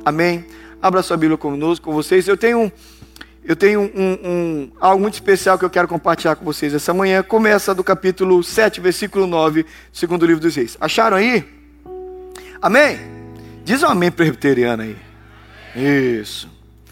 Amém? Abra sua Bíblia conosco, com vocês. Eu tenho algo muito especial que eu quero compartilhar com vocês essa manhã. Começa do capítulo 7, versículo 9, segundo livro dos Reis. Acharam aí? Amém? Diz um amém presbiteriano aí. Isso.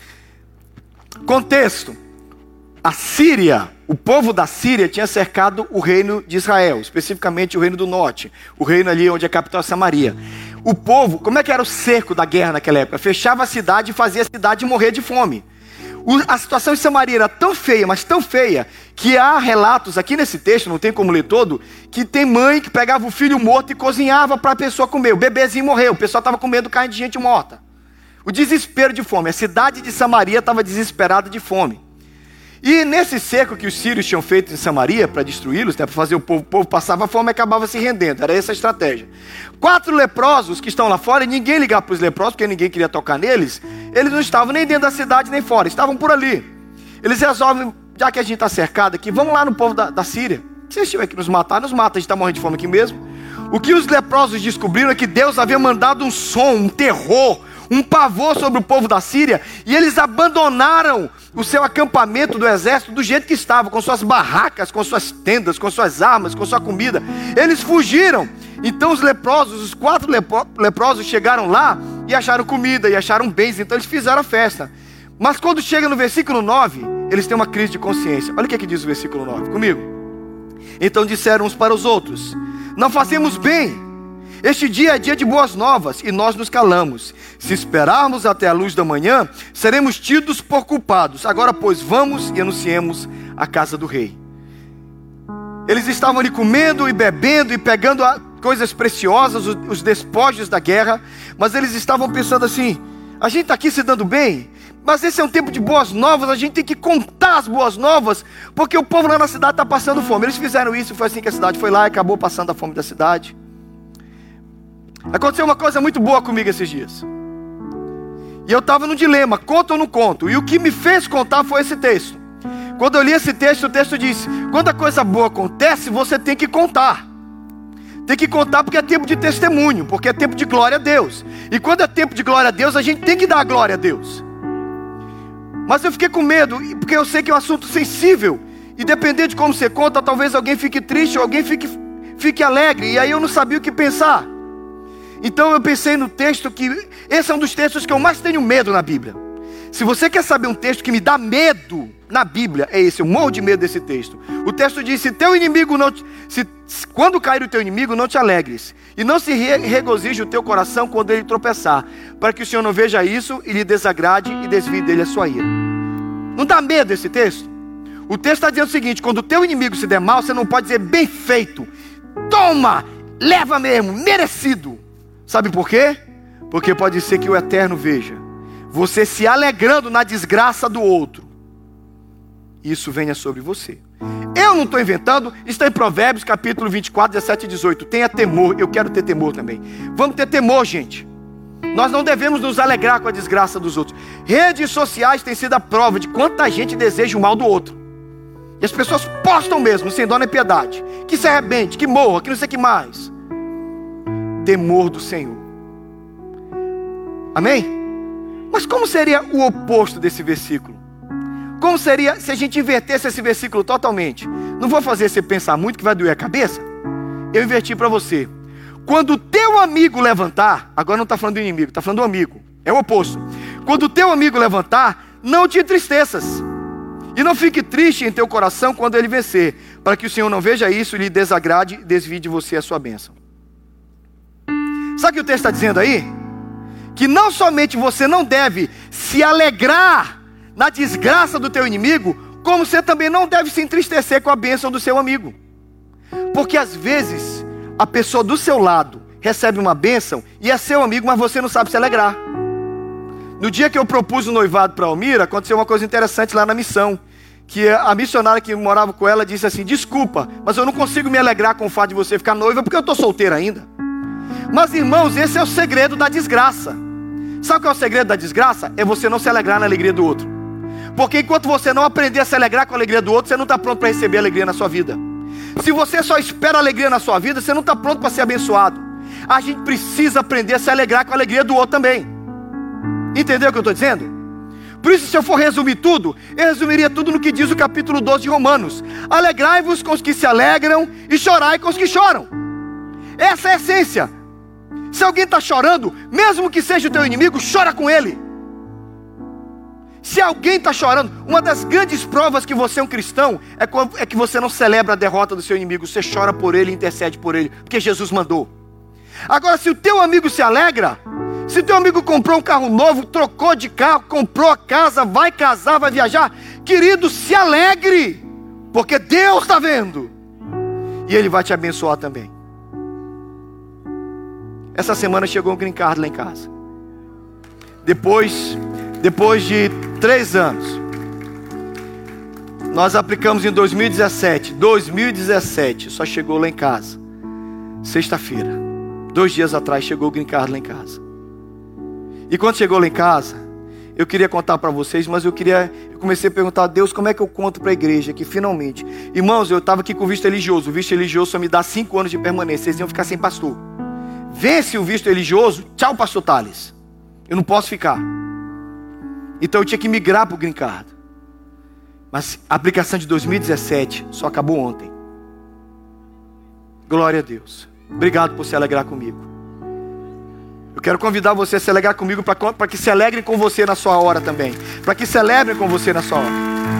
Contexto. A Síria, o povo da Síria tinha cercado o reino de Israel, especificamente o reino do norte, o reino ali onde a capital é Samaria. O povo, como é que era o cerco da guerra naquela época? Fechava a cidade e fazia a cidade morrer de fome. A situação em Samaria era tão feia, mas tão feia, que há relatos aqui nesse texto, não tem como ler todo, que tem mãe que pegava o filho morto e cozinhava para a pessoa comer. O bebezinho morreu, o pessoal estava comendo carne de gente morta. O desespero de fome, a cidade de Samaria estava desesperada de fome. E nesse cerco que os sírios tinham feito em Samaria para destruí-los, né, para fazer o povo passava fome e acabava se rendendo. Era essa a estratégia. 4 leprosos que estão lá fora, e ninguém ligava para os leprosos, porque ninguém queria tocar neles. Eles não estavam nem dentro da cidade nem fora, estavam por ali. Eles resolvem, já que a gente está cercado aqui, vamos lá no povo da Síria. Se eles tiverem que nos matar, nos mata, a gente está morrendo de fome aqui mesmo. O que os leprosos descobriram é que Deus havia mandado um som, um terror, um pavor sobre o povo da Síria, e eles abandonaram o seu acampamento do exército do jeito que estava, com suas barracas, com suas tendas, com suas armas, com sua comida. Eles fugiram. Então os leprosos, os 4 leprosos chegaram lá e acharam comida, e acharam bens, então eles fizeram a festa. Mas quando chega no versículo 9, eles têm uma crise de consciência. Olha o que diz o versículo 9, comigo. Então disseram uns para os outros: não fazemos bem. Este dia é dia de boas novas, e nós nos calamos. Se esperarmos até a luz da manhã, seremos tidos por culpados. Agora, pois, vamos e anunciemos a casa do rei. Eles estavam ali comendo e bebendo e pegando coisas preciosas, os despojos da guerra. Mas eles estavam pensando assim: a gente está aqui se dando bem, mas esse é um tempo de boas novas, a gente tem que contar as boas novas, porque o povo lá na cidade está passando fome. Eles fizeram isso, foi assim que a cidade foi lá e acabou passando a fome da cidade. Aconteceu uma coisa muito boa comigo esses dias. E eu estava no dilema, conto ou não conto? E o que me fez contar foi esse texto. Quando eu li esse texto, o texto disse: quando a coisa boa acontece, você tem que contar. Tem que contar porque é tempo de testemunho, porque é tempo de glória a Deus. E quando é tempo de glória a Deus, a gente tem que dar glória a Deus. Mas eu fiquei com medo, porque eu sei que é um assunto sensível. E dependendo de como você conta, talvez alguém fique triste ou alguém fique alegre. E aí eu não sabia o que pensar. Então eu pensei no texto que... esse é um dos textos que eu mais tenho medo na Bíblia. Se você quer saber um texto que me dá medo na Bíblia, é esse. Eu morro de medo desse texto. O texto diz: se teu inimigo não... quando cair o teu inimigo, não te alegres. E não se regozije o teu coração quando ele tropeçar, para que o Senhor não veja isso e lhe desagrade e desvie dele a sua ira. Não dá medo esse texto? O texto está dizendo o seguinte: quando o teu inimigo se der mal, você não pode dizer bem feito. Toma, leva mesmo, merecido. Sabe por quê? Porque pode ser que o Eterno veja você se alegrando na desgraça do outro. Isso venha sobre você. Eu não estou inventando, está em Provérbios capítulo 24, 17 e 18. Tenha temor, eu quero ter temor também. Vamos ter temor, gente. Nós não devemos nos alegrar com a desgraça dos outros. Redes sociais têm sido a prova de quanta gente deseja o mal do outro. E as pessoas postam mesmo, sem dó nem piedade. Que se arrebente, que morra, que não sei o que mais. Temor do Senhor. Amém? Mas como seria o oposto desse versículo? Como seria se a gente invertesse esse versículo totalmente? Não vou fazer você pensar muito que vai doer a cabeça. Eu inverti para você. Quando o teu amigo levantar, agora não está falando do inimigo, está falando do amigo. É o oposto. Quando o teu amigo levantar, não te entristeças. E não fique triste em teu coração quando ele vencer, para que o Senhor não veja isso e lhe desagrade e desvie de você a sua bênção. Sabe o que o texto está dizendo aí? Que não somente você não deve se alegrar na desgraça do teu inimigo, como você também não deve se entristecer com a bênção do seu amigo. Porque às vezes a pessoa do seu lado recebe uma bênção e é seu amigo, mas você não sabe se alegrar. No dia que eu propus o noivado para a Almira, aconteceu uma coisa interessante lá na missão. Que a missionária que morava com ela disse assim: desculpa, mas eu não consigo me alegrar com o fato de você ficar noiva, porque eu estou solteira ainda. Mas irmãos, esse é o segredo da desgraça. Sabe qual é o segredo da desgraça? É você não se alegrar na alegria do outro. Porque enquanto você não aprender a se alegrar com a alegria do outro, você não está pronto para receber alegria na sua vida. Se você só espera alegria na sua vida, você não está pronto para ser abençoado. A gente precisa aprender a se alegrar com a alegria do outro também. Entendeu o que eu estou dizendo? Por isso, se eu for resumir tudo, eu resumiria tudo no que diz o capítulo 12 de Romanos. Alegrai-vos com os que se alegram e chorai com os que choram. Essa é a essência. Se alguém está chorando, mesmo que seja o teu inimigo, chora com ele. Se alguém está chorando, uma das grandes provas que você é um cristão é que você não celebra a derrota do seu inimigo. Você chora por ele e intercede por ele, porque Jesus mandou. Agora, se o teu amigo se alegra, se o teu amigo comprou um carro novo, trocou de carro, comprou a casa, vai casar, vai viajar, querido, se alegre, porque Deus está vendo e Ele vai te abençoar também. Essa semana chegou um green card lá em casa. Depois de 3 anos, nós aplicamos em 2017. 2017, só chegou lá em casa sexta-feira. 2 dias atrás chegou o green card lá em casa. E quando chegou lá em casa, eu queria contar para vocês, mas eu comecei a perguntar a Deus, como é que eu conto para a igreja que finalmente... Irmãos, eu estava aqui com o visto religioso. O visto religioso só me dá 5 anos de permanência. Vocês iam ficar sem pastor. Vence o visto religioso, tchau, pastor Thales. Eu não posso ficar. Então eu tinha que migrar para o green card. Mas a aplicação de 2017 só acabou ontem. Glória a Deus. Obrigado por se alegrar comigo. Eu quero convidar você a se alegrar comigo para que se alegrem com você na sua hora também. Para que celebrem com você na sua hora.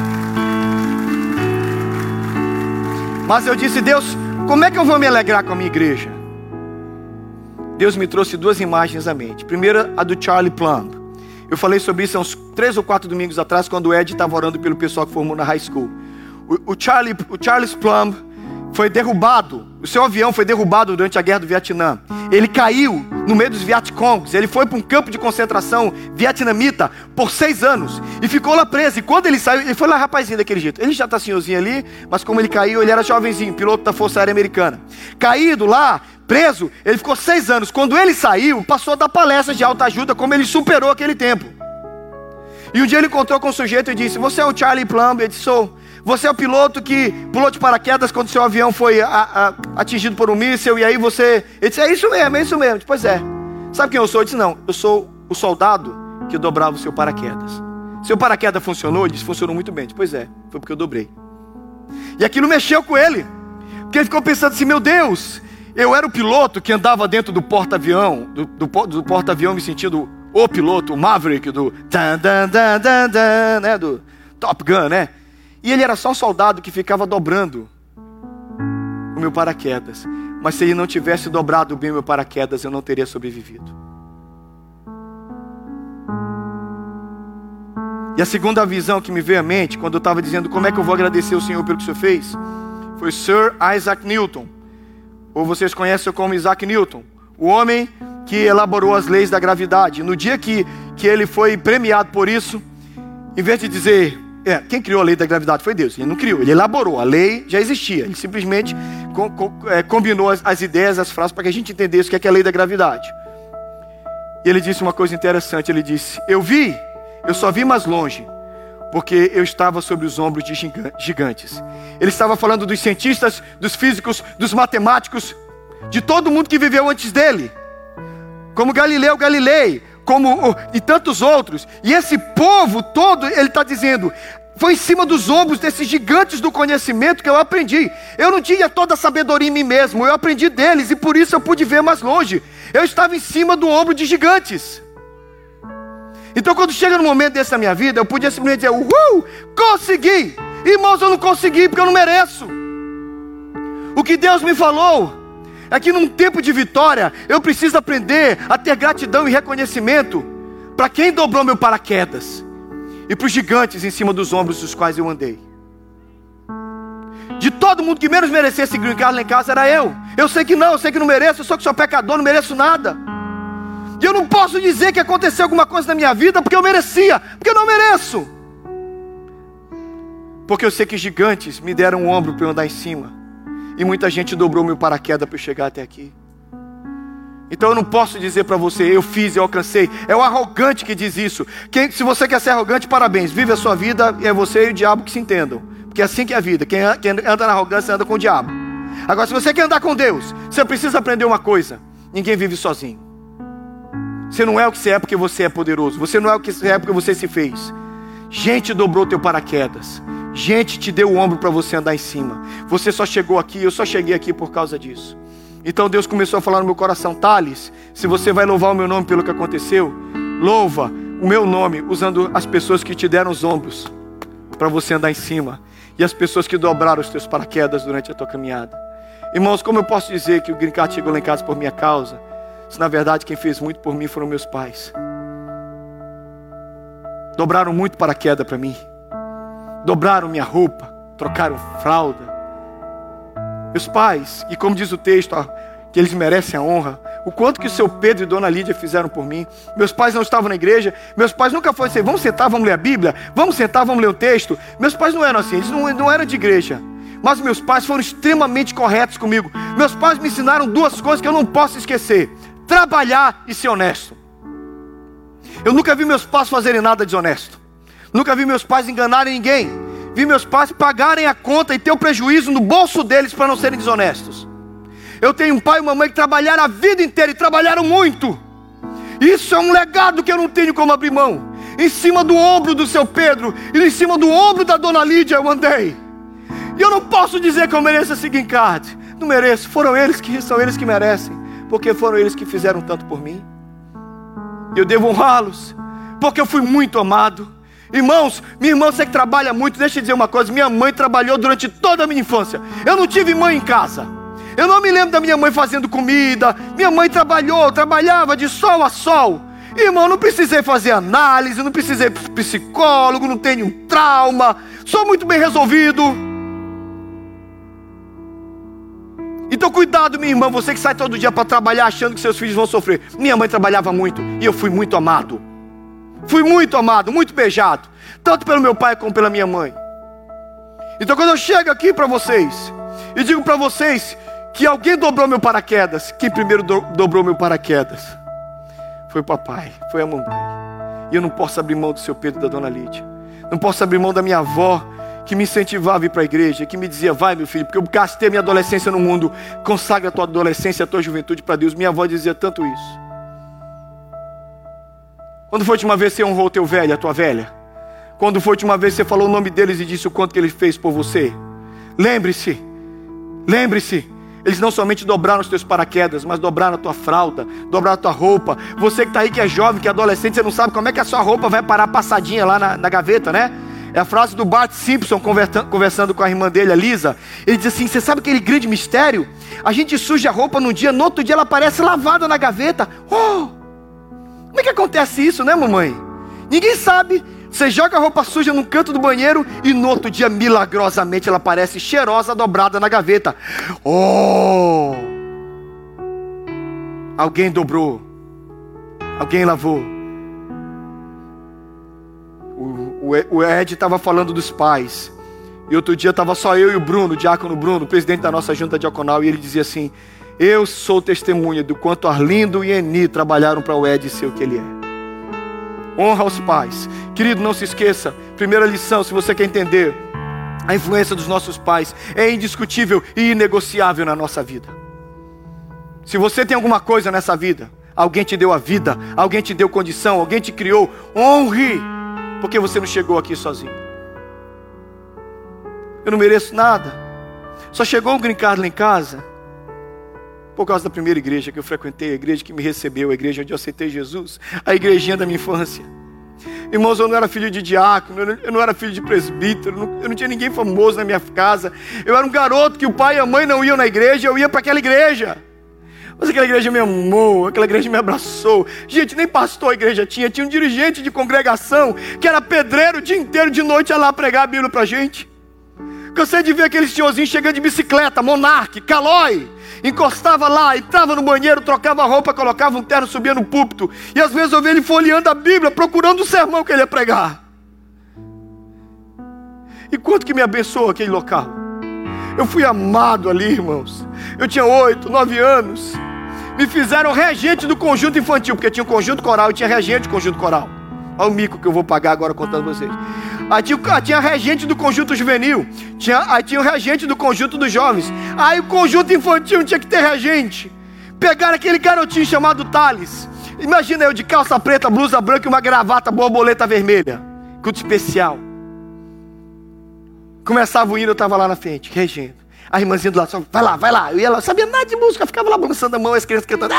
Mas eu disse, Deus, como é que eu vou me alegrar com a minha igreja? Deus me trouxe 2 imagens à mente. Primeiro, a do Charlie Plumb. Eu falei sobre isso há uns 3 ou 4 domingos atrás, quando o Ed estava orando pelo pessoal que formou na high school. O Charles Plumb foi derrubado. O seu avião foi derrubado durante a guerra do Vietnã. Ele caiu no meio dos Vietcongs. Ele foi para um campo de concentração vietnamita por 6 anos. E ficou lá preso. E quando ele saiu, ele foi lá rapazinho daquele jeito. Ele já está senhorzinho ali, mas como ele caiu, ele era jovenzinho, piloto da Força Aérea Americana. Caído lá, preso, ele ficou 6 anos. Quando ele saiu, passou a dar palestras de autoajuda, como ele superou aquele tempo. E um dia ele encontrou com um sujeito e disse, você é o Charlie Plumb? Ele disse, sou. Você é o piloto que pulou de paraquedas quando seu avião foi atingido por um míssil, e aí você... Ele disse, é isso mesmo, é isso mesmo. Disse, pois é. Sabe quem eu sou? Ele disse, não, eu sou o soldado que dobrava o seu paraquedas. Seu paraquedas funcionou? Ele disse, funcionou muito bem. Ele disse, pois é, foi porque eu dobrei. E aquilo mexeu com ele, porque ele ficou pensando assim, meu Deus, eu era o piloto que andava dentro do porta-avião, do porta-avião me sentindo o piloto, o Maverick, do Top Gun, né? E ele era só um soldado que ficava dobrando o meu paraquedas. Mas se ele não tivesse dobrado bem o meu paraquedas, eu não teria sobrevivido. E a segunda visão que me veio à mente, quando eu estava dizendo como é que eu vou agradecer o Senhor pelo que o Senhor fez, foi Sir Isaac Newton. Ou vocês conhecem como Isaac Newton, o homem que elaborou as leis da gravidade. No dia que ele foi premiado por isso, em vez de dizer... quem criou a lei da gravidade foi Deus. Ele não criou, ele elaborou. A lei já existia. Ele simplesmente combinou as ideias, as frases, para que a gente entendesse o que é a lei da gravidade. E ele disse uma coisa interessante. Ele disse, eu só vi mais longe, porque eu estava sobre os ombros de gigantes. Ele estava falando dos cientistas, dos físicos, dos matemáticos, de todo mundo que viveu antes dele, como Galileu Galilei, e tantos outros. E esse povo todo, ele está dizendo, foi em cima dos ombros desses gigantes do conhecimento que eu aprendi. Eu não tinha toda a sabedoria em mim mesmo, eu aprendi deles, e por isso eu pude ver mais longe. Eu estava em cima do ombro de gigantes. Então quando chega num momento desse na minha vida, eu podia simplesmente dizer, consegui. Irmãos, eu não consegui porque eu não mereço. O que Deus me falou é que num tempo de vitória, eu preciso aprender a ter gratidão e reconhecimento para quem dobrou meu paraquedas e para os gigantes em cima dos ombros dos quais eu andei. De todo mundo que menos merecia esse green card lá em casa era eu. Eu sei que não mereço, eu sou pecador, não mereço nada. E eu não posso dizer que aconteceu alguma coisa na minha vida porque eu merecia, porque eu não mereço. Porque eu sei que gigantes me deram um ombro para eu andar em cima. E muita gente dobrou meu paraquedas para eu chegar até aqui. Então eu não posso dizer para você, eu fiz, eu alcancei. É o arrogante que diz isso. Se você quer ser arrogante, parabéns. Vive a sua vida e é você e o diabo que se entendam. Porque é assim que é a vida. Quem anda na arrogância anda com o diabo. Agora, se você quer andar com Deus, você precisa aprender uma coisa. Ninguém vive sozinho. Você não é o que você é porque você é poderoso. Você não é o que você é porque você se fez. Gente dobrou teu paraquedas. Gente te deu o ombro para você andar em cima. Você só chegou aqui, eu só cheguei aqui por causa disso. Então Deus começou a falar no meu coração: Thales, se você vai louvar o meu nome pelo que aconteceu, louva o meu nome usando as pessoas que te deram os ombros para você andar em cima, e as pessoas que dobraram os teus paraquedas durante a tua caminhada. Irmãos, como eu posso dizer que o Green Card chegou lá em casa por minha causa, se na verdade quem fez muito por mim foram meus pais. Dobraram muito paraquedas para mim, dobraram minha roupa, trocaram fralda. Meus pais, e como diz o texto, que eles merecem a honra, o quanto que o seu Pedro e Dona Lídia fizeram por mim. Meus pais não estavam na igreja, meus pais nunca foram assim: vamos sentar, vamos ler a Bíblia, vamos sentar, vamos ler o texto. Meus pais não eram assim, eles não eram de igreja. Mas meus pais foram extremamente corretos comigo. Meus pais me ensinaram duas coisas que eu não posso esquecer: trabalhar e ser honesto. Eu nunca vi meus pais fazerem nada desonesto. Nunca vi meus pais enganarem ninguém. Vi meus pais pagarem a conta e ter o prejuízo no bolso deles para não serem desonestos. Eu tenho um pai e uma mãe que trabalharam a vida inteira e trabalharam muito. Isso é um legado que eu não tenho como abrir mão. Em cima do ombro do seu Pedro e em cima do ombro da Dona Lídia eu andei. E eu não posso dizer que eu mereço esse green card. Não mereço, são eles que merecem, porque foram eles que fizeram tanto por mim. E eu devo honrá-los, porque eu fui muito amado. Irmãos, minha irmã, você que trabalha muito, deixa eu dizer uma coisa: minha mãe trabalhou durante toda a minha infância. Eu não tive mãe em casa. Eu não me lembro da minha mãe fazendo comida. Minha mãe trabalhava de sol a sol. Irmão, não precisei fazer análise, não precisei de psicólogo, não tenho trauma. Sou muito bem resolvido. Então cuidado, minha irmã, você que sai todo dia para trabalhar achando que seus filhos vão sofrer. Minha mãe trabalhava muito e eu fui muito amado. Fui muito amado, muito beijado, tanto pelo meu pai como pela minha mãe. Então quando eu chego aqui para vocês e digo para vocês que alguém dobrou meu paraquedas, quem primeiro dobrou meu paraquedas foi o papai, foi a mamãe. E eu não posso abrir mão do seu Pedro e da Dona Lídia. Não posso abrir mão da minha avó, que me incentivava a ir para a igreja, que me dizia: vai meu filho, porque eu gastei minha adolescência no mundo, consagra a tua adolescência, a tua juventude para Deus. Minha avó dizia tanto isso. Quando foi a última vez que você honrou o teu velho, a tua velha? Quando foi a última vez que você falou o nome deles e disse o quanto que ele fez por você? Lembre-se, eles não somente dobraram os teus paraquedas, mas dobraram a tua fralda, dobraram a tua roupa. Você que está aí, que é jovem, que é adolescente, você não sabe como é que a sua roupa vai parar passadinha lá na gaveta, né? É a frase do Bart Simpson conversando com a irmã dele, a Lisa. Ele diz assim: você sabe aquele grande mistério? A gente suja a roupa num dia, no outro dia ela aparece lavada na gaveta. Oh! Como é que acontece isso, né, mamãe? Ninguém sabe. Você joga a roupa suja num canto do banheiro e no outro dia, milagrosamente, ela aparece cheirosa, dobrada na gaveta. Oh! Alguém dobrou. Alguém lavou. O Ed estava falando dos pais. E outro dia estava só eu e o Bruno, o diácono Bruno, presidente da nossa junta diaconal. E ele dizia assim: eu sou testemunha do quanto Arlindo e Eni trabalharam para o Ed ser o que ele é. Honra aos pais. Querido, não se esqueça, primeira lição, se você quer entender, a influência dos nossos pais é indiscutível e inegociável na nossa vida. Se você tem alguma coisa nessa vida, alguém te deu a vida, alguém te deu condição, alguém te criou, honre, porque você não chegou aqui sozinho. Eu não mereço nada. Só chegou um green card lá em casa por causa da primeira igreja que eu frequentei, a igreja que me recebeu, a igreja onde eu aceitei Jesus, a igrejinha da minha infância. Irmãos, eu não era filho de diácono, eu não era filho de presbítero, eu não tinha ninguém famoso na minha casa. Eu era um garoto que o pai e a mãe não iam na igreja, eu ia para aquela igreja. Mas aquela igreja me amou, aquela igreja me abraçou. Gente, nem pastor a igreja tinha um dirigente de congregação que era pedreiro o dia inteiro, de noite ia lá pregar a Bíblia pra gente. Cansei de ver aqueles tiozinhos chegando de bicicleta, Monark, Calói. Encostava lá, entrava no banheiro, trocava a roupa, colocava um terno, subia no púlpito. E às vezes eu via ele folheando a Bíblia, procurando o sermão que ele ia pregar. E quanto que me abençoou aquele local. Eu fui amado ali, irmãos. Eu tinha 8, 9 anos. Me fizeram regente do conjunto infantil, porque tinha um conjunto coral e tinha regente do conjunto coral. Olha o mico que eu vou pagar agora contando vocês. Aí tinha regente do conjunto juvenil. Aí tinha o regente do conjunto dos jovens. Aí o conjunto infantil tinha que ter regente. Pegaram aquele garotinho chamado Thales. Imagina eu de calça preta, blusa branca e uma gravata borboleta vermelha. Culto especial. Começava o hino, eu estava lá na frente, regendo. A irmãzinha do lado, só, vai lá, vai lá. Eu ia lá, não sabia nada de música, ficava lá balançando a mão, as crianças cantando.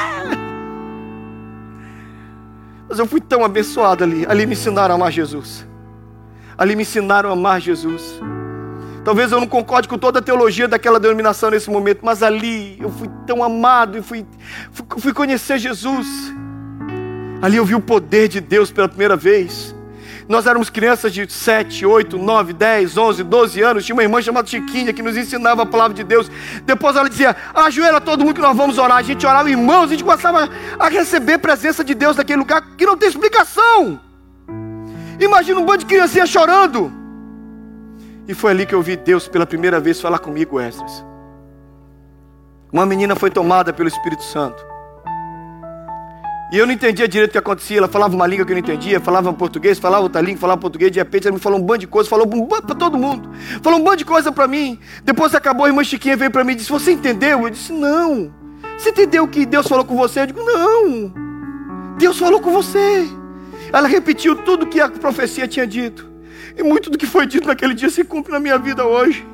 Mas eu fui tão abençoado ali. Ali me ensinaram a amar Jesus. Ali me ensinaram a amar Jesus. Talvez eu não concorde com toda a teologia daquela denominação nesse momento, mas ali eu fui tão amado e fui conhecer Jesus. Ali eu vi o poder de Deus pela primeira vez. Nós éramos crianças de 7, 8, 9, 10, 11, 12 anos. Tinha uma irmã chamada Chiquinha que nos ensinava a palavra de Deus. Depois ela dizia, ajoelha todo mundo que nós vamos orar. A gente orava, irmãos, a gente começava a receber a presença de Deus naquele lugar que não tem explicação. Imagina um bando de criancinha chorando. E foi ali que eu vi Deus pela primeira vez falar comigo, Esdras. Uma menina foi tomada pelo Espírito Santo. E eu não entendia direito o que acontecia. Ela falava uma língua que eu não entendia, falava português, falava outra língua, falava português. De repente ela me falou um bando de coisa, falou para todo mundo. Falou um bando de coisa para mim. Depois acabou, a irmã Chiquinha veio para mim e disse, você entendeu? Eu disse, não. Você entendeu o que Deus falou com você? Eu digo, não. Deus falou com você. Ela repetiu tudo o que a profecia tinha dito. E muito do que foi dito naquele dia se cumpre na minha vida hoje.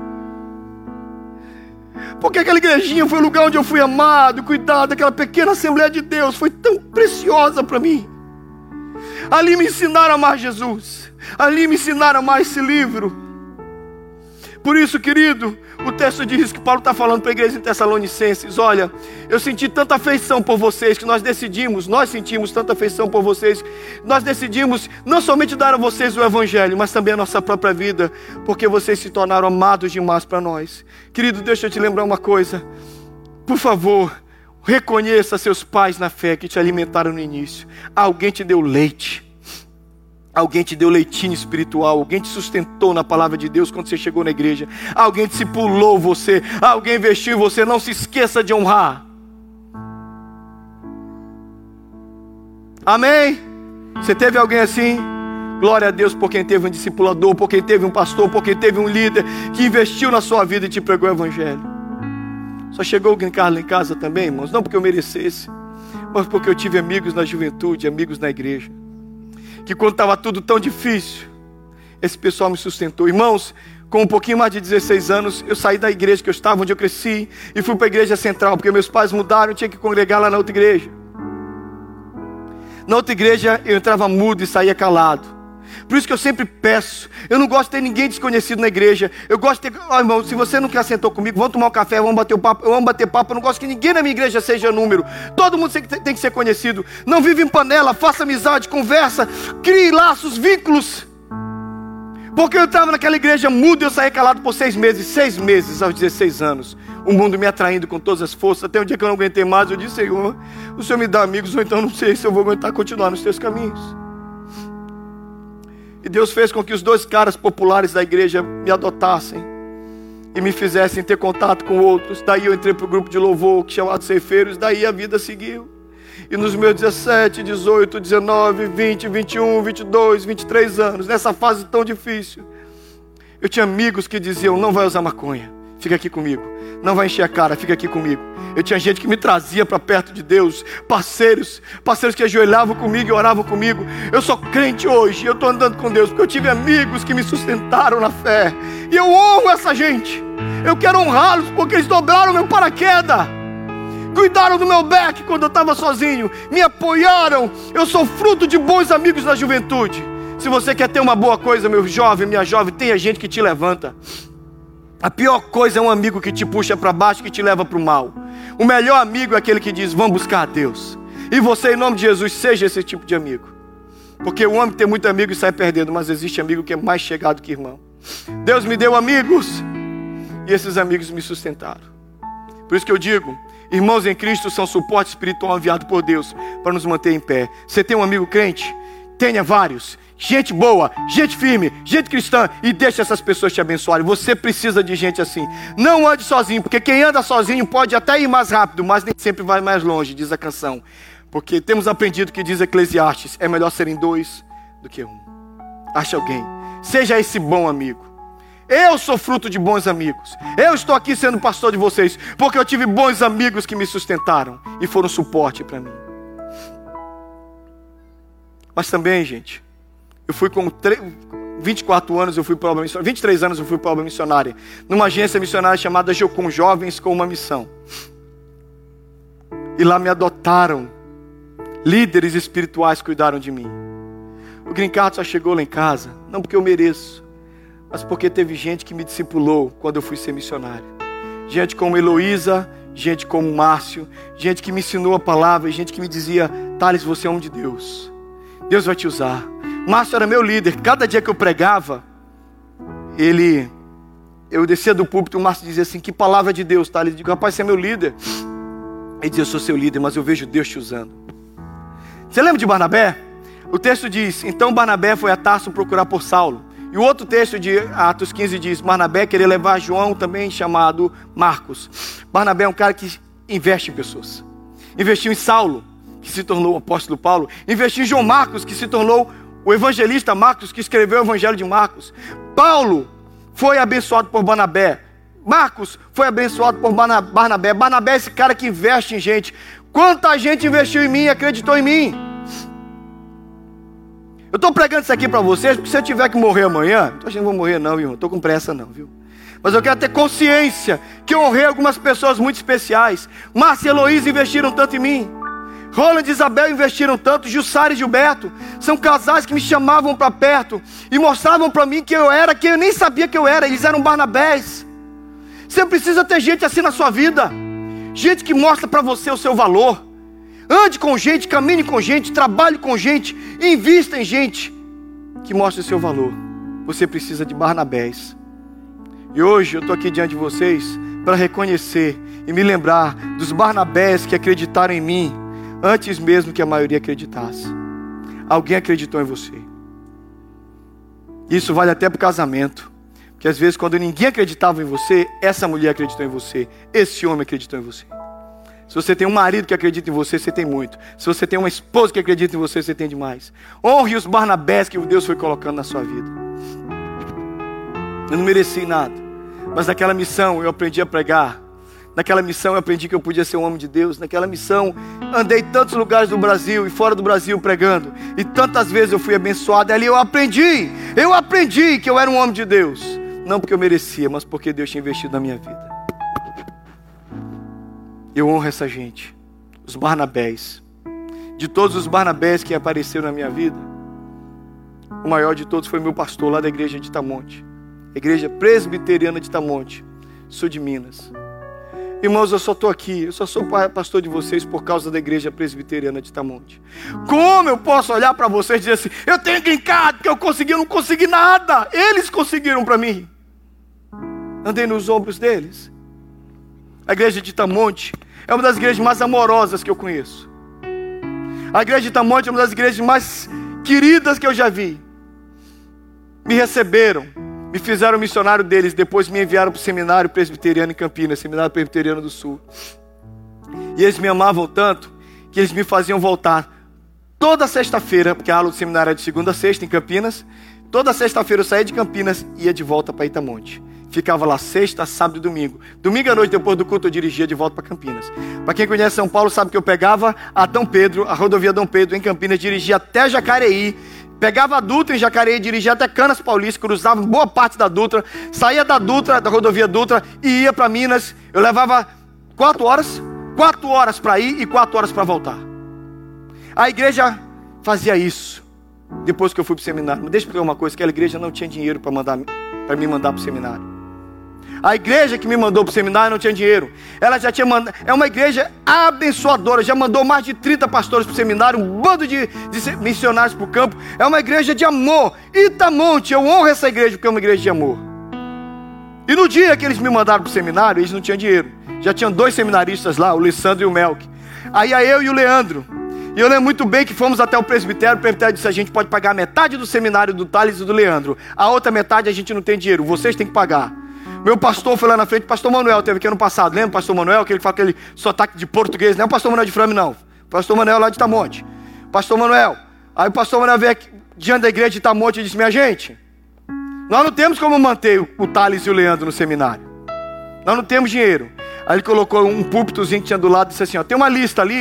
Porque aquela igrejinha foi o lugar onde eu fui amado, cuidado. Aquela pequena Assembleia de Deus foi tão preciosa para mim. Ali me ensinaram a amar Jesus. Ali me ensinaram a amar esse livro. Por isso, querido, o texto diz que Paulo está falando para a igreja em Tessalonicenses. Olha, eu senti tanta afeição por vocês que nós sentimos tanta afeição por vocês. Nós decidimos não somente dar a vocês o evangelho, mas também a nossa própria vida, porque vocês se tornaram amados demais para nós. Querido, deixa eu te lembrar uma coisa. Por favor, reconheça seus pais na fé que te alimentaram no início. Alguém te deu leite. Alguém te deu leitinho espiritual. Alguém te sustentou na palavra de Deus quando você chegou na igreja. Alguém discipulou você. Alguém investiu em você. Não se esqueça de honrar. Amém? Você teve alguém assim? Glória a Deus por quem teve um discipulador, por quem teve um pastor, por quem teve um líder que investiu na sua vida e te pregou o evangelho. Só chegou alguém lá em casa também, irmãos? Não porque eu merecesse, mas porque eu tive amigos na juventude, amigos na igreja, que quando estava tudo tão difícil, esse pessoal me sustentou. Irmãos, com um pouquinho mais de 16 anos, eu saí da igreja que eu estava, onde eu cresci, e fui para a igreja central, porque meus pais mudaram, eu tinha que congregar lá na outra igreja. Na outra igreja, eu entrava mudo e saía calado. Por isso que eu sempre peço, eu não gosto de ter ninguém desconhecido na igreja. Eu gosto de ter, irmão, se você nunca sentou comigo, vamos tomar um café, vamos bater um papo. Eu amo bater papo, eu não gosto que ninguém na minha igreja seja número. Todo mundo tem que ser conhecido. Não vive em panela, faça amizade, conversa, crie laços, vínculos. Porque eu estava naquela igreja mudo e eu saí calado por 6 meses. 6 meses aos 16 anos. O mundo me atraindo com todas as forças. Até um dia que eu não aguentei mais, eu disse, Senhor, o Senhor me dá amigos, ou então não sei se eu vou aguentar continuar nos teus caminhos. E Deus fez com que os 2 caras populares da igreja me adotassem e me fizessem ter contato com outros. Daí eu entrei para o grupo de louvor, que chamado Ceifeiros. Daí a vida seguiu. E nos meus 17, 18, 19, 20, 21, 22, 23 anos, nessa fase tão difícil, eu tinha amigos que diziam, não vai usar maconha, fica aqui comigo. Não vai encher a cara, fica aqui comigo. Eu tinha gente que me trazia para perto de Deus. Parceiros que ajoelhavam comigo e oravam comigo. Eu sou crente hoje, eu estou andando com Deus, porque eu tive amigos que me sustentaram na fé. E eu honro essa gente. Eu quero honrá-los, porque eles dobraram meu paraquedas. Cuidaram do meu back quando eu estava sozinho. Me apoiaram. Eu sou fruto de bons amigos na juventude. Se você quer ter uma boa coisa, meu jovem, minha jovem, tenha gente que te levanta. A pior coisa é um amigo que te puxa para baixo, que te leva para o mal. O melhor amigo é aquele que diz, vamos buscar a Deus. E você, em nome de Jesus, seja esse tipo de amigo. Porque o homem tem muito amigo e sai perdendo, mas existe amigo que é mais chegado que irmão. Deus me deu amigos, e esses amigos me sustentaram. Por isso que eu digo, irmãos em Cristo são suporte espiritual enviado por Deus para nos manter em pé. Você tem um amigo crente? Tenha vários. Gente boa, gente firme, gente cristã, e deixa essas pessoas te abençoarem. Você precisa de gente assim. Não ande sozinho, porque quem anda sozinho pode até ir mais rápido, mas nem sempre vai mais longe, diz a canção. Porque temos aprendido que diz Eclesiastes, é melhor serem 2 do que 1. Ache alguém, seja esse bom amigo. Eu sou fruto de bons amigos. Eu estou aqui sendo pastor de vocês, porque eu tive bons amigos que me sustentaram e foram suporte para mim. Mas também, gente, eu fui com 24 anos, eu fui para obra missionária, 23 anos eu fui para obra missionária, numa agência missionária chamada Jocum, Jovens com uma Missão. E lá me adotaram. Líderes espirituais cuidaram de mim. O Green Card só chegou lá em casa, não porque eu mereço, mas porque teve gente que me discipulou quando eu fui ser missionário. Gente como Heloísa, gente como Márcio, gente que me ensinou a palavra, gente que me dizia: Thales, você é um de Deus. Deus vai te usar. Márcio era meu líder. Cada dia que eu pregava, eu descia do púlpito, o Márcio dizia assim: que palavra de Deus, Thales? Eu digo: rapaz, você é meu líder. Ele dizia: eu sou seu líder, mas eu vejo Deus te usando. Você lembra de Barnabé? O texto diz: então Barnabé foi a Tarso procurar por Saulo. E o outro texto de Atos 15 diz: Barnabé queria levar João, também chamado Marcos. Barnabé é um cara que investe em pessoas. Investiu em Saulo, que se tornou o apóstolo Paulo. Investiu em João Marcos, que se tornou o evangelista Marcos, que escreveu o evangelho de Marcos. Paulo foi abençoado por Barnabé. Marcos foi abençoado por Barnabé. Barnabé é esse cara que investe em gente. Quanta gente investiu em mim e acreditou em mim. Eu estou pregando isso aqui para vocês, porque se eu tiver que morrer amanhã, não estou achando que vou morrer não, viu? Não estou com pressa não, viu? Mas eu quero ter consciência que eu honrei algumas pessoas muito especiais. Márcia e Heloísa investiram tanto em mim. Roland e Isabel investiram tanto. Jussara e Gilberto são casais que me chamavam para perto e mostravam para mim que eu era quem eu nem sabia que eu era. Eles eram Barnabés. Você precisa ter gente assim na sua vida. Gente que mostra para você o seu valor. Ande com gente, caminhe com gente, trabalhe com gente, invista em gente que mostre o seu valor. Você precisa de Barnabés. E hoje eu estou aqui diante de vocês para reconhecer e me lembrar dos Barnabés que acreditaram em mim antes mesmo que a maioria acreditasse. Alguém acreditou em você. Isso vale até para o casamento. Porque às vezes quando ninguém acreditava em você, essa mulher acreditou em você, esse homem acreditou em você. Se você tem um marido que acredita em você, você tem muito. Se você tem uma esposa que acredita em você, você tem demais. Honre os Barnabés que Deus foi colocando na sua vida. Eu não mereci nada, mas naquela missão eu aprendi a pregar. Naquela missão eu aprendi que eu podia ser um homem de Deus. Naquela missão andei em tantos lugares do Brasil e fora do Brasil pregando. E tantas vezes eu fui abençoado. E ali eu aprendi que eu era um homem de Deus. Não porque eu merecia, mas porque Deus tinha investido na minha vida. Eu honro essa gente, os Barnabés. De todos os Barnabés que apareceram na minha vida, o maior de todos foi meu pastor lá da igreja de Itamonte. Igreja Presbiteriana de Itamonte, sul de Minas. Irmãos, eu só estou aqui, eu só sou pastor de vocês por causa da igreja Presbiteriana de Itamonte. Como eu posso olhar para vocês e dizer assim: eu tenho Green Card, porque eu não consegui nada. Eles conseguiram para mim. Andei nos ombros deles. A igreja de Itamonte é uma das igrejas mais amorosas que eu conheço. A igreja de Itamonte é uma das igrejas mais queridas que eu já vi. Me receberam, me fizeram missionário deles, depois me enviaram para o seminário presbiteriano em Campinas, seminário presbiteriano do Sul. E eles me amavam tanto que eles me faziam voltar toda sexta-feira, porque a aula do seminário é de segunda a sexta em Campinas. Toda sexta-feira eu saía de Campinas e ia de volta para Itamonte. Ficava lá sexta, sábado e domingo. Domingo à noite, depois do culto, eu dirigia de volta para Campinas. Para quem conhece São Paulo, sabe que eu pegava a Dom Pedro, a rodovia Dom Pedro em Campinas, dirigia até Jacareí. Pegava a Dutra em Jacareí, dirigia até Canas Paulista, cruzava boa parte da Dutra. Saía da Dutra, da rodovia Dutra e ia para Minas. Eu levava 4 horas para ir e 4 horas para voltar. A igreja fazia isso depois que eu fui para o seminário. Mas deixa eu explicar uma coisa, aquela igreja não tinha dinheiro para me mandar para o seminário. A igreja que me mandou para o seminário não tinha dinheiro. Ela já tinha mandado. É uma igreja abençoadora. Já mandou mais de 30 pastores para o seminário. Um bando de missionários para o campo. É uma igreja de amor. Itamonte, eu honro essa igreja porque é uma igreja de amor. E no dia que eles me mandaram para o seminário, eles não tinham dinheiro. Já tinham 2 seminaristas lá, o Lissandro e o Melk. Aí eu e o Leandro. E eu lembro muito bem que fomos até o presbitério. O presbitério disse: a gente pode pagar metade do seminário do Thales e do Leandro. A outra metade a gente não tem dinheiro. Vocês têm que pagar. Meu pastor foi lá na frente, pastor Manuel, teve aqui ano passado, lembra o pastor Manuel, que ele fala aquele sotaque de português, não é o pastor Manuel de Frame não, o pastor Manuel lá de Itamonte, pastor Manuel, aí o pastor Manuel veio aqui, diante da igreja de Itamonte e disse: minha gente, nós não temos como manter o Thales e o Leandro no seminário, nós não temos dinheiro. Aí ele colocou um púlpitozinho que tinha do lado e disse assim: ó, tem uma lista ali,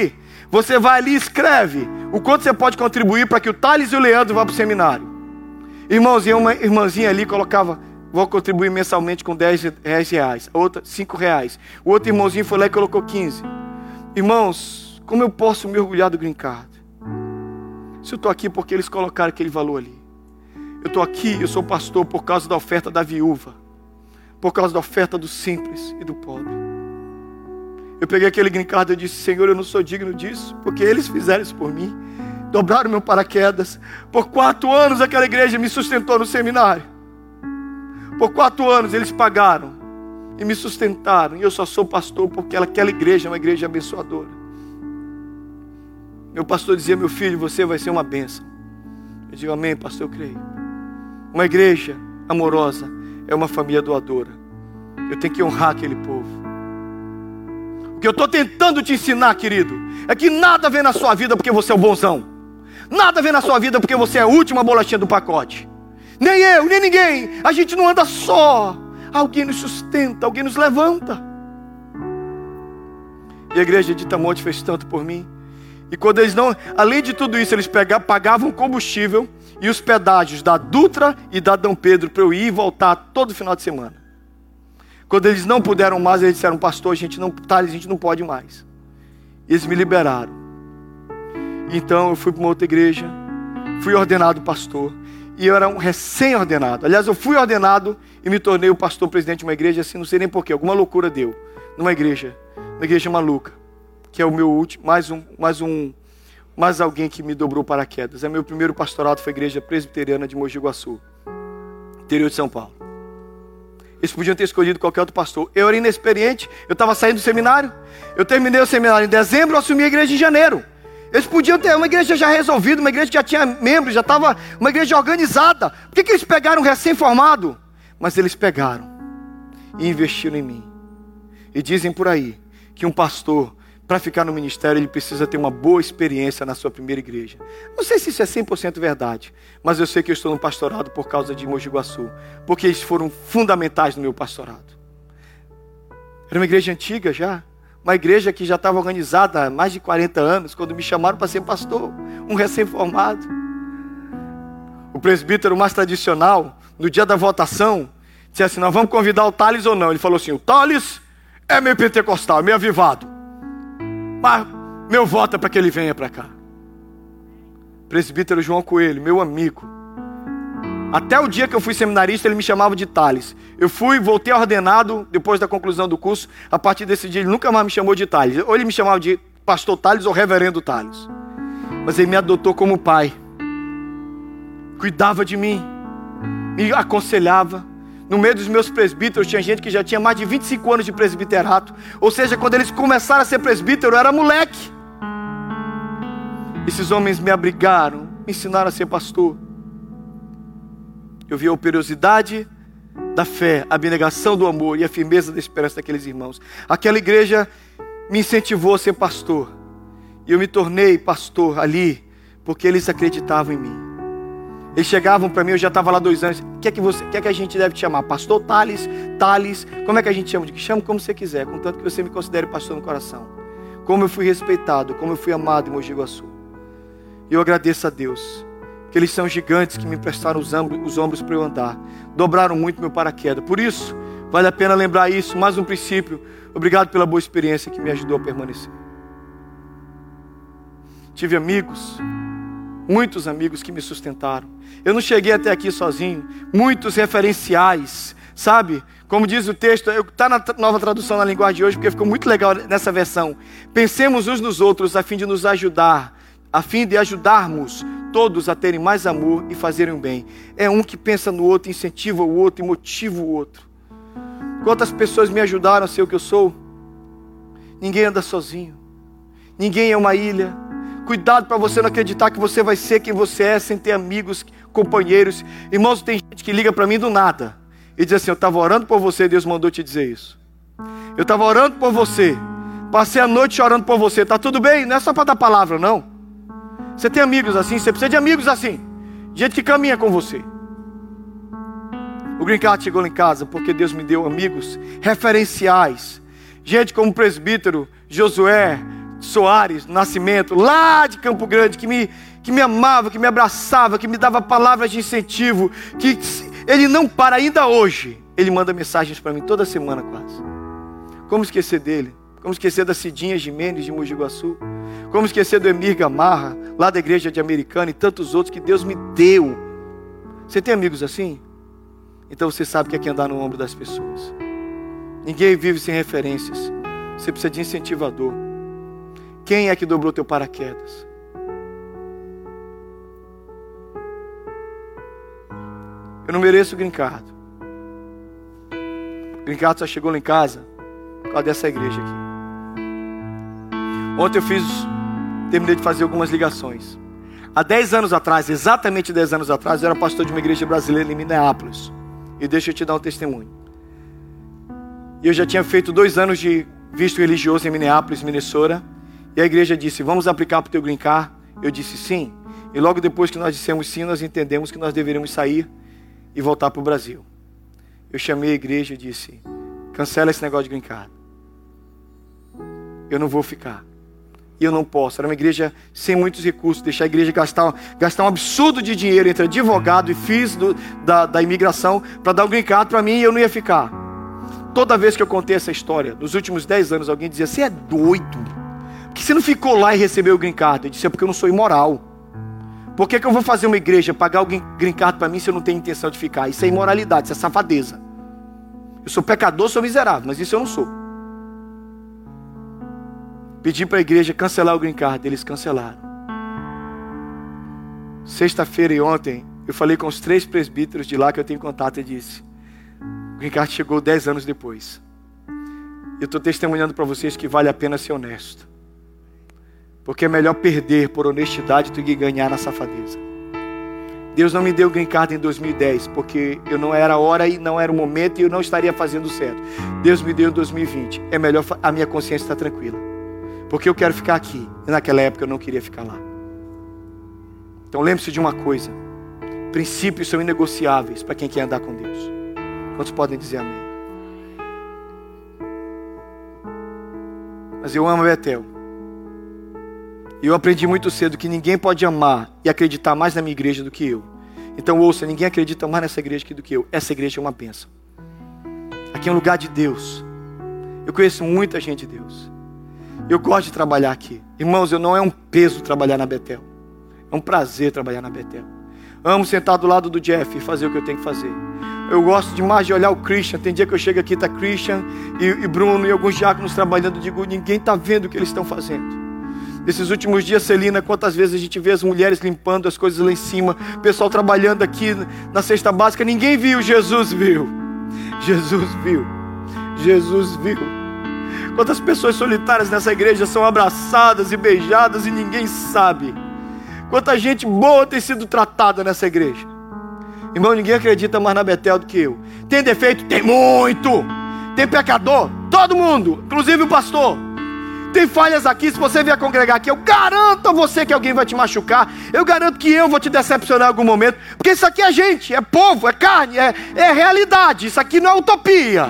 Você vai ali e escreve o quanto você pode contribuir para que o Thales e o Leandro vá para o seminário. Irmãos, e uma irmãzinha ali colocava, vou contribuir mensalmente com 10 reais, a outra 5 reais. O outro irmãozinho foi lá e colocou 15. Irmãos, como eu posso me orgulhar do Green Card? Se eu estou aqui porque eles colocaram aquele valor ali. Eu estou aqui, eu sou pastor por causa da oferta da viúva, por causa da oferta do simples e do pobre. Eu peguei aquele Green Card e disse: Senhor, eu não sou digno disso, porque eles fizeram isso por mim. Dobraram meu paraquedas. Por 4 anos aquela igreja me sustentou no seminário. Por 4 anos eles pagaram e me sustentaram. E eu só sou pastor porque aquela igreja é uma igreja abençoadora. Meu pastor dizia: meu filho, você vai ser uma bênção. Eu digo: amém, pastor, eu creio. Uma igreja amorosa é uma família doadora. Eu tenho que honrar aquele povo. O que eu estou tentando te ensinar, querido, é que nada vem na sua vida porque você é o bonzão. Nada vem na sua vida porque você é a última bolachinha do pacote. Nem eu, nem ninguém. A gente não anda só. Alguém nos sustenta, alguém nos levanta. E a igreja de Itamonte fez tanto por mim. E quando eles não, além de tudo isso, eles pagavam combustível e os pedágios da Dutra e da Dom Pedro para eu ir e voltar todo final de semana. Quando eles não puderam mais, eles disseram: pastor, a gente não pode mais. E eles me liberaram. Então eu fui para uma outra igreja, fui ordenado pastor. E eu era um recém-ordenado. Aliás, eu fui ordenado e me tornei o pastor presidente de uma igreja, assim, não sei nem porquê, alguma loucura deu. Numa igreja maluca, que é o meu último, mais alguém que me dobrou paraquedas. Meu primeiro pastorado foi a igreja presbiteriana de Mogi Guaçu, interior de São Paulo. Eles podiam ter escolhido qualquer outro pastor. Eu era inexperiente, eu estava saindo do seminário. Eu terminei o seminário em dezembro, eu assumi a igreja em janeiro. Eles podiam ter uma igreja já resolvida, uma igreja que já tinha membros, já estava uma igreja organizada. Por que eles pegaram um recém-formado? Mas eles pegaram e investiram em mim. E dizem por aí que um pastor, para ficar no ministério, ele precisa ter uma boa experiência na sua primeira igreja. Não sei se isso é 100% verdade, mas eu sei que eu estou no pastorado por causa de Mogi Guaçu, porque eles foram fundamentais no meu pastorado. Era uma igreja antiga já, uma igreja que já estava organizada há mais de 40 anos, quando me chamaram para ser pastor, um recém-formado. O presbítero mais tradicional, no dia da votação, disse assim: nós vamos convidar o Thales ou não? Ele falou assim: o Thales é meio pentecostal, meio avivado, mas meu voto é para que ele venha para cá. Presbítero João Coelho, meu amigo. Até o dia que eu fui seminarista, ele me chamava de Thales. Eu voltei ordenado depois da conclusão do curso. A partir desse dia, ele nunca mais me chamou de Thales. Ou ele me chamava de pastor Thales ou reverendo Thales. Mas ele me adotou como pai. Cuidava de mim. Me aconselhava. No meio dos meus presbíteros, tinha gente que já tinha mais de 25 anos de presbiterato. Ou seja, quando eles começaram a ser presbítero, eu era moleque. Esses homens me abrigaram, me ensinaram a ser pastor. Eu vi a operosidade da fé, a abnegação do amor e a firmeza da esperança daqueles irmãos. Aquela igreja me incentivou a ser pastor. E eu me tornei pastor ali, porque eles acreditavam em mim. Eles chegavam para mim, eu já estava lá 2 anos. O que é que a gente deve te chamar? Pastor Thales? Como é que a gente chama? Chama como você quiser, contanto que você me considere pastor no coração. Como eu fui respeitado, como eu fui amado em Mogi Guaçu. E eu agradeço a Deus, que eles são gigantes que me emprestaram os ombros para eu andar. Dobraram muito meu paraquedas. Por isso, vale a pena lembrar isso. Mais um princípio. Obrigado pela boa experiência que me ajudou a permanecer. Tive amigos, muitos amigos que me sustentaram. Eu não cheguei até aqui sozinho. Muitos referenciais, sabe? Como diz o texto, está na nova tradução na linguagem de hoje, porque ficou muito legal nessa versão. Pensemos uns nos outros a fim de nos ajudar, a fim de ajudarmos todos a terem mais amor e fazerem o bem. É um que pensa no outro, incentiva o outro e motiva o outro. Quantas pessoas me ajudaram a ser o que eu sou? Ninguém anda sozinho. Ninguém é uma ilha. Cuidado para você não acreditar que você vai ser quem você é sem ter amigos, companheiros. Irmãos, tem gente que liga para mim do nada e diz assim: eu estava orando por você, Deus mandou te dizer isso. Eu estava orando por você, passei a noite chorando por você. Está tudo bem? Não é só para dar palavra, não. Você tem amigos assim, você precisa de amigos assim. Gente que caminha com você. O Green Card chegou lá em casa porque Deus me deu amigos referenciais. Gente como o presbítero Josué, Soares, Nascimento, lá de Campo Grande, que me amava, que me abraçava, que me dava palavras de incentivo, que ele não para ainda hoje. Ele manda mensagens para mim toda semana quase. Como esquecer dele? Como esquecer da Cidinha Gimenez de Mogi Guaçu? Como esquecer do Emir Gamarra, lá da igreja de Americana, e tantos outros que Deus me deu. Você tem amigos assim? Então você sabe que é que andar no ombro das pessoas. Ninguém vive sem referências. Você precisa de incentivador. Quem é que dobrou teu paraquedas? Eu não mereço o green card. O green card só chegou lá em casa por causa dessa igreja aqui. Ontem terminei de fazer algumas ligações. Há 10 anos atrás, exatamente 10 anos atrás, eu era pastor de uma igreja brasileira em Minneapolis. E deixa eu te dar um testemunho. E eu já tinha feito 2 anos de visto religioso em Minneapolis, Minnesota. E a igreja disse, vamos aplicar para o teu green card? Eu disse sim. E logo depois que nós dissemos sim, nós entendemos que nós deveríamos sair e voltar para o Brasil. Eu chamei a igreja e disse, cancela esse negócio de green card. Eu não vou ficar. E eu não posso. Era uma igreja sem muitos recursos. Deixar a igreja gastar um absurdo de dinheiro entre advogado e FIIs da imigração para dar o green card para mim, e eu não ia ficar. Toda vez que eu contei essa história, nos últimos 10 anos, alguém dizia, você é doido? Por que você não ficou lá e recebeu o green card? Eu disse, é porque eu não sou imoral. Por que eu vou fazer uma igreja, pagar o green card para mim se eu não tenho intenção de ficar? Isso é imoralidade, isso é safadeza. Eu sou pecador, sou miserável, mas isso eu não sou. Pedi para a igreja cancelar o green card, eles cancelaram. Sexta-feira e ontem, eu falei com os 3 presbíteros de lá que eu tenho contato e disse, o green card chegou 10 anos depois. Eu estou testemunhando para vocês que vale a pena ser honesto. Porque é melhor perder por honestidade do que ganhar na safadeza. Deus não me deu o green card em 2010, porque eu não era a hora e não era o momento e eu não estaria fazendo certo. Deus me deu em 2020. É melhor, a minha consciência está tranquila. Porque eu quero ficar aqui. E naquela época eu não queria ficar lá. Então lembre-se de uma coisa. Princípios são inegociáveis para quem quer andar com Deus. Quantos podem dizer amém? Mas eu amo Betel. E eu aprendi muito cedo que ninguém pode amar e acreditar mais na minha igreja do que eu. Então ouça, ninguém acredita mais nessa igreja do que eu. Essa igreja é uma bênção. Aqui é um lugar de Deus. Eu conheço muita gente de Deus. Eu gosto de trabalhar aqui. Irmãos, não é um peso trabalhar na Betel. É um prazer trabalhar na Betel. Amo sentar do lado do Jeff e fazer o que eu tenho que fazer. Eu gosto demais de olhar o Christian. Tem dia que eu chego aqui, está Christian e Bruno e alguns diáconos trabalhando. Eu digo, ninguém está vendo o que eles estão fazendo. Nesses últimos dias, Celina, quantas vezes a gente vê as mulheres limpando as coisas lá em cima, o pessoal trabalhando aqui na cesta básica, ninguém viu, Jesus viu. Jesus viu. Jesus viu. Quantas pessoas solitárias nessa igreja são abraçadas e beijadas e ninguém sabe. Quanta gente boa tem sido tratada nessa igreja. Irmão, ninguém acredita mais na Betel do que eu. Tem defeito? Tem muito. Tem pecador? Todo mundo, inclusive o pastor. Tem falhas aqui, se você vier congregar aqui, eu garanto a você que alguém vai te machucar. Eu garanto que eu vou te decepcionar em algum momento. Porque isso aqui é gente, é povo, é carne, é realidade. Isso aqui não é utopia.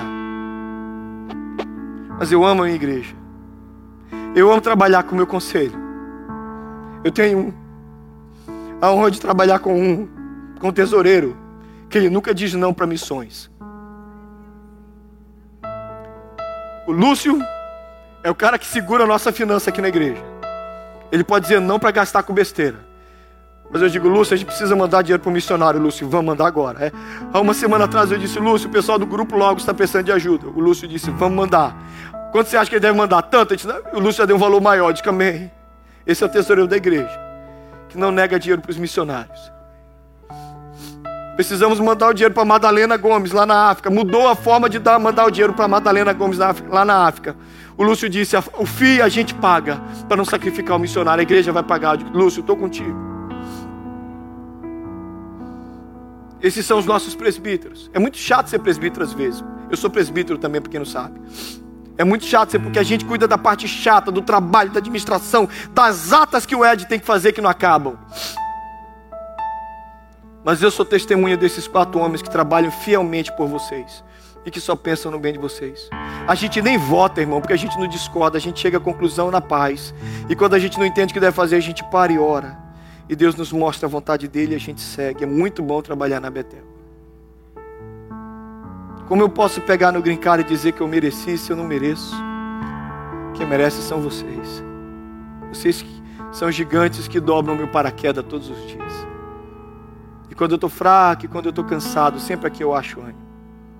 Mas eu amo a minha igreja. Eu amo trabalhar com o meu conselho. Eu tenho a honra de trabalhar com um tesoureiro, que ele nunca diz não para missões. O Lúcio é o cara que segura a nossa finança aqui na igreja. Ele pode dizer não para gastar com besteira. Mas eu digo, Lúcio, a gente precisa mandar dinheiro para o missionário. Lúcio, vamos mandar agora. Há uma semana atrás eu disse, Lúcio, o pessoal do grupo Logos está precisando de ajuda. O Lúcio disse, vamos mandar. Quanto você acha que ele deve mandar? Tanto? O Lúcio já deu um valor maior. Eu disse, amém. Esse é o tesoureiro da igreja, que não nega dinheiro para os missionários. Precisamos mandar o dinheiro para Madalena Gomes, lá na África. Mudou a forma de mandar o dinheiro para Madalena Gomes, lá na África. O Lúcio disse, o FII a gente paga, para não sacrificar o missionário. A igreja vai pagar. Eu digo, Lúcio, estou contigo. Esses são os nossos presbíteros. É muito chato ser presbítero às vezes. Eu sou presbítero também, para quem não sabe. É muito chato ser porque a gente cuida da parte chata, do trabalho, da administração, das atas que o Ed tem que fazer que não acabam. Mas eu sou testemunha desses 4 homens que trabalham fielmente por vocês. e que só pensam no bem de vocês. A gente nem vota, irmão, porque a gente não discorda, a gente chega à conclusão na paz. E quando a gente não entende o que deve fazer, a gente para e ora. E Deus nos mostra a vontade dele e a gente segue. É muito bom trabalhar na Betel. Como eu posso pegar no Green Card e dizer que eu mereci se eu não mereço? Quem merece são vocês. Vocês são gigantes que dobram meu paraquedas todos os dias. E quando eu estou fraco, e quando eu estou cansado, sempre aqui eu acho ânimo.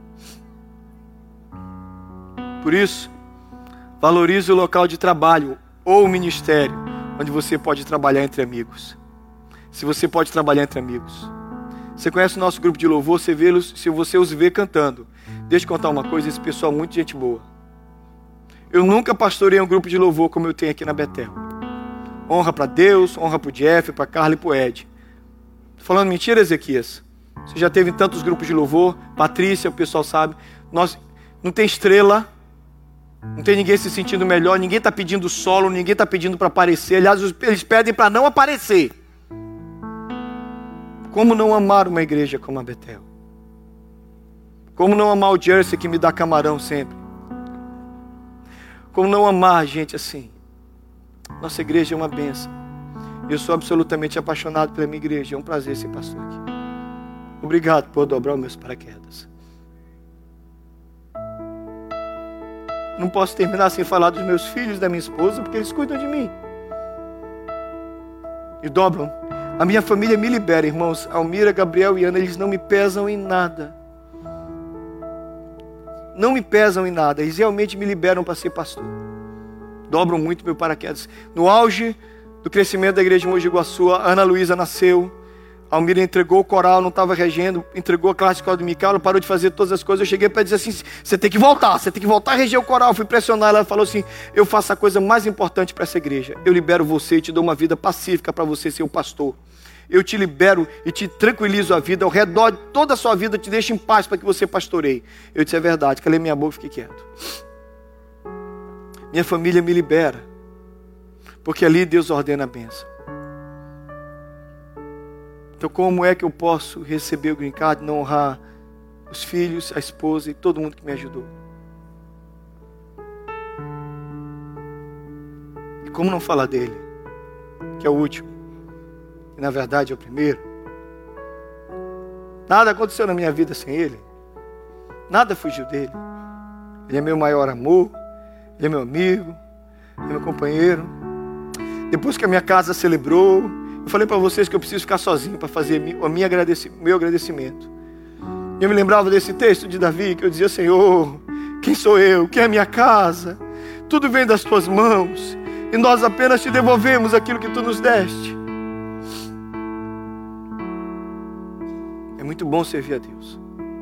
Por isso, valorize o local de trabalho ou o ministério onde você pode trabalhar entre amigos. Se você pode trabalhar entre amigos. Você conhece o nosso grupo de louvor, se você os vê cantando. Deixa eu contar uma coisa, esse pessoal é muito gente boa. Eu nunca pastorei um grupo de louvor como eu tenho aqui na Betel. Honra para Deus, honra para o Jeff, para a Carla e para o Ed. Tô falando mentira, Ezequias? Você já teve em tantos grupos de louvor, Patrícia, o pessoal sabe. Nós não tem estrela. Não tem ninguém se sentindo melhor, ninguém está pedindo solo, ninguém está pedindo para aparecer. Aliás, eles pedem para não aparecer. Como não amar uma igreja como a Betel? Como não amar o Jersey que me dá camarão sempre? Como não amar gente assim? Nossa igreja é uma bênção. Eu sou absolutamente apaixonado pela minha igreja. É um prazer ser pastor aqui. Obrigado por dobrar os meus paraquedas. Não posso terminar sem falar dos meus filhos, da minha esposa, porque eles cuidam de mim. E dobram. A minha família me libera, irmãos. Almira, Gabriel e Ana, eles não me pesam em nada. Não me pesam em nada. Eles realmente me liberam para ser pastor. Dobram muito meu paraquedas. No auge do crescimento da igreja de Mogi Guaçu, a Ana Luísa nasceu. A Almira entregou o coral, não estava regendo, entregou a classe de escola dominical, ela parou de fazer todas as coisas. Eu cheguei para dizer assim, você tem que voltar a reger o coral. Eu fui pressionar, ela falou assim, eu faço a coisa mais importante para essa igreja. Eu libero você e te dou uma vida pacífica para você ser o pastor. Eu te libero e te tranquilizo a vida, ao redor de toda a sua vida, te deixo em paz para que você pastoreie. Eu disse, é verdade, calei minha boca e fiquei quieto. Minha família me libera, porque ali Deus ordena a bênção. Então como é que eu posso receber o Green Card e não honrar os filhos, a esposa e todo mundo que me ajudou? E como não falar dele, que é o último, e na verdade é o primeiro? Nada aconteceu na minha vida sem ele. Nada fugiu dele. Ele é meu maior amor, ele é meu amigo, ele é meu companheiro. Depois que a minha casa celebrou, eu falei para vocês que eu preciso ficar sozinho para fazer o meu agradecimento. E eu me lembrava desse texto de Davi, que eu dizia, Senhor, quem sou eu? Quem é a minha casa? Tudo vem das tuas mãos, e nós apenas te devolvemos aquilo que tu nos deste. É muito bom servir a Deus.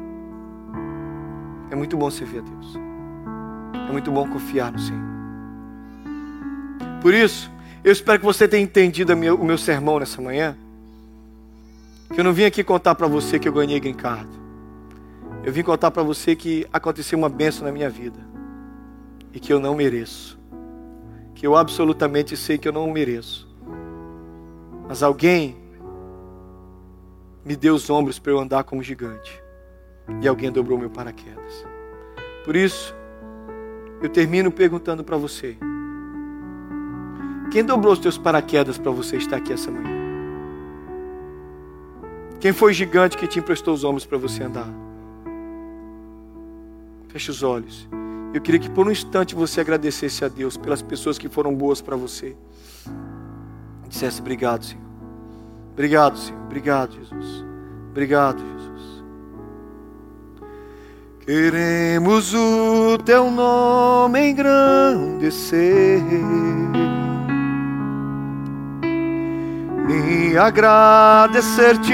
É muito bom servir a Deus. É muito bom confiar no Senhor. Por isso, eu espero que você tenha entendido o meu sermão nessa manhã. Que eu não vim aqui contar para você que eu ganhei Green Card. Eu vim contar para você que aconteceu uma bênção na minha vida. E que eu não mereço. Que eu absolutamente sei que eu não mereço. Mas alguém me deu os ombros para eu andar como gigante. E alguém dobrou meu paraquedas. Por isso, eu termino perguntando para você. Quem dobrou os teus paraquedas para você estar aqui essa manhã? Quem foi o gigante que te emprestou os ombros para você andar? Feche os olhos. Eu queria que por um instante você agradecesse a Deus pelas pessoas que foram boas para você. E dissesse, obrigado, Senhor. Obrigado, Senhor. Obrigado, Jesus. Obrigado, Jesus. Queremos o teu nome engrandecer e agradecer-te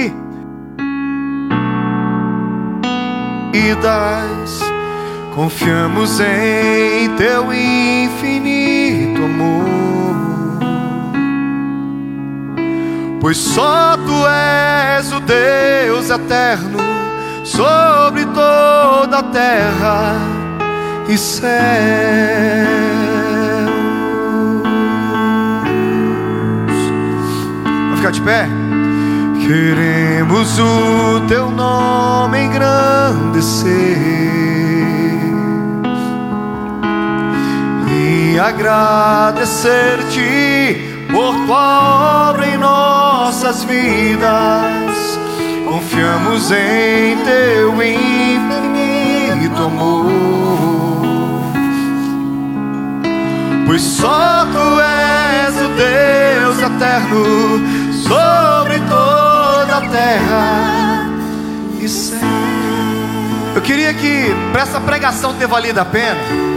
e confiamos em teu infinito amor, pois só tu és o Deus eterno sobre toda a terra e céus. Vai ficar de pé? Queremos o teu nome engrandecer e agradecer-te por tua obra em nossas vidas. Confiamos em teu infinito amor, pois só tu és o Deus eterno sobre toda a terra e céu. Eu queria que, para essa pregação ter valido a pena,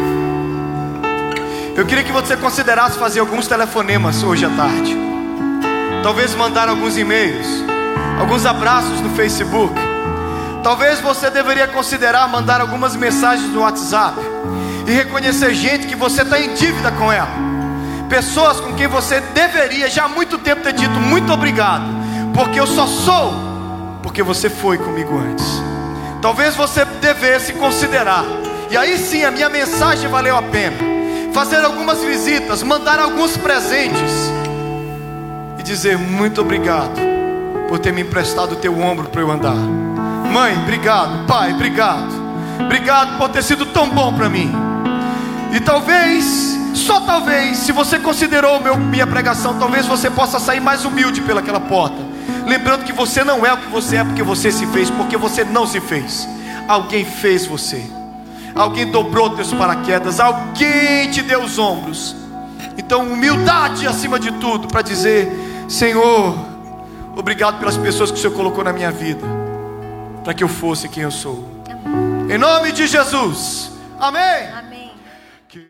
eu queria que você considerasse fazer alguns telefonemas hoje à tarde. Talvez mandar alguns e-mails, alguns abraços no Facebook. Talvez você deveria considerar mandar algumas mensagens no WhatsApp e reconhecer gente que você está em dívida com ela, pessoas com quem você deveria já há muito tempo ter dito muito obrigado, porque eu só sou porque você foi comigo antes. Talvez você devesse considerar, e aí sim a minha mensagem valeu a pena, fazer algumas visitas, mandar alguns presentes e dizer muito obrigado por ter me emprestado o teu ombro para eu andar. Mãe, obrigado. Pai, obrigado. Obrigado por ter sido tão bom para mim. E talvez, só talvez, se você considerou minha pregação, talvez você possa sair mais humilde pelaquela porta, lembrando que você não é o que você é porque você se fez, porque você não se fez. Alguém fez você. Alguém dobrou teus paraquedas, alguém te deu os ombros. Então humildade acima de tudo, para dizer: Senhor, obrigado pelas pessoas que o Senhor colocou na minha vida, para que eu fosse quem eu sou. Em nome de Jesus, amém.